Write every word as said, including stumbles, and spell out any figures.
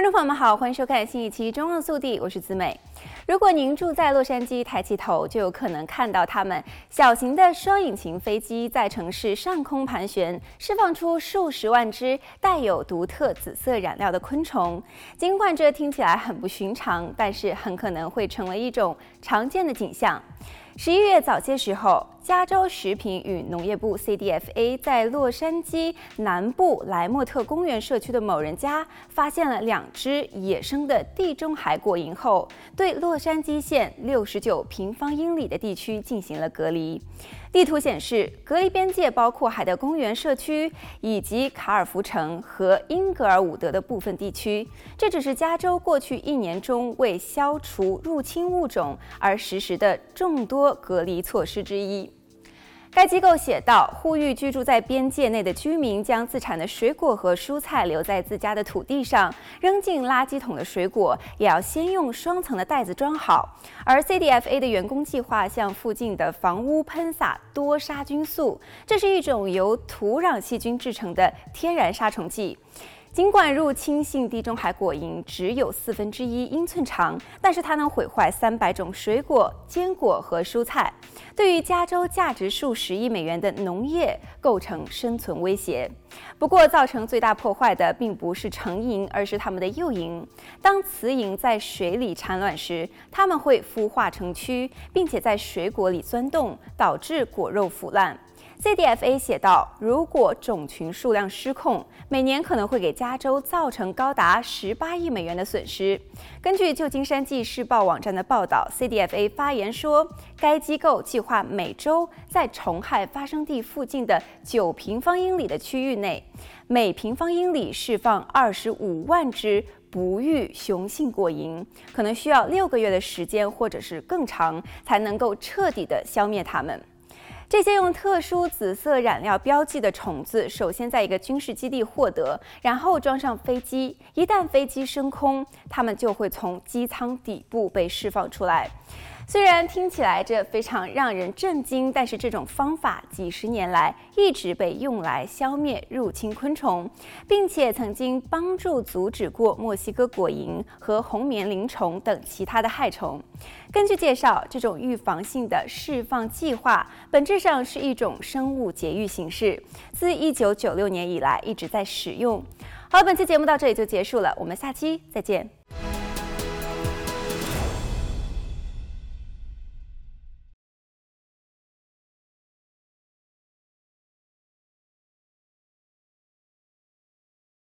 观众朋友们好，欢迎收看新一期《中澳速递》，我是子美。如果您住在洛杉矶，抬起头就有可能看到它们小型的双引擎飞机在城市上空盘旋，释放出数十万只带有独特紫色染料的昆虫。尽管这听起来很不寻常，但是很可能会成为一种常见的景象。十一月早些时候，加州食品与农业部 C D F A 在洛杉矶南部莱莫特公园社区的某人家发现了两只野生的地中海果蝇后，对洛杉矶县六十九平方英里的地区进行了隔离。地图显示，隔离边界包括海德公园社区以及卡尔福城和英格尔伍德的部分地区。这只是加州过去一年中为消除入侵物种而实施的众多隔离措施之一。该机构写道，呼吁居住在边界内的居民将自产的水果和蔬菜留在自家的土地上，扔进垃圾桶的水果也要先用双层的袋子装好。而 C D F A 的员工计划向附近的房屋喷洒多杀菌素，这是一种由土壤细菌制成的天然杀虫剂。尽管入侵性地中海果蝇只有四分之一英寸长，但是它能毁坏三百种水果、坚果和蔬菜，对于加州价值数十亿美元的农业构成生存威胁。不过，造成最大破坏的并不是成蝇，而是它们的幼蝇。当雌蝇在水里产卵时，它们会孵化成蛆，并且在水果里钻洞，导致果肉腐烂。C D F A 写道，如果种群数量失控，每年可能会给加州造成高达十八亿美元的损失。根据旧金山纪事报网站的报道， C D F A 发言说，该机构计划每周在虫害发生地附近的九平方英里的区域内，每平方英里释放二十五万只不育雄性果蝇，可能需要六个月的时间或者是更长，才能够彻底的消灭它们。这些用特殊紫色染料标记的虫子，首先在一个军事基地获得，然后装上飞机。一旦飞机升空，它们就会从机舱底部被释放出来。虽然听起来这非常让人震惊，但是这种方法几十年来一直被用来消灭入侵昆虫，并且曾经帮助阻止过墨西哥果蝇和红棉铃虫等其他的害虫。根据介绍，这种预防性的释放计划本质上是一种生物节育形式，自一九九六年以来一直在使用。好，本期节目到这里就结束了，我们下期再见。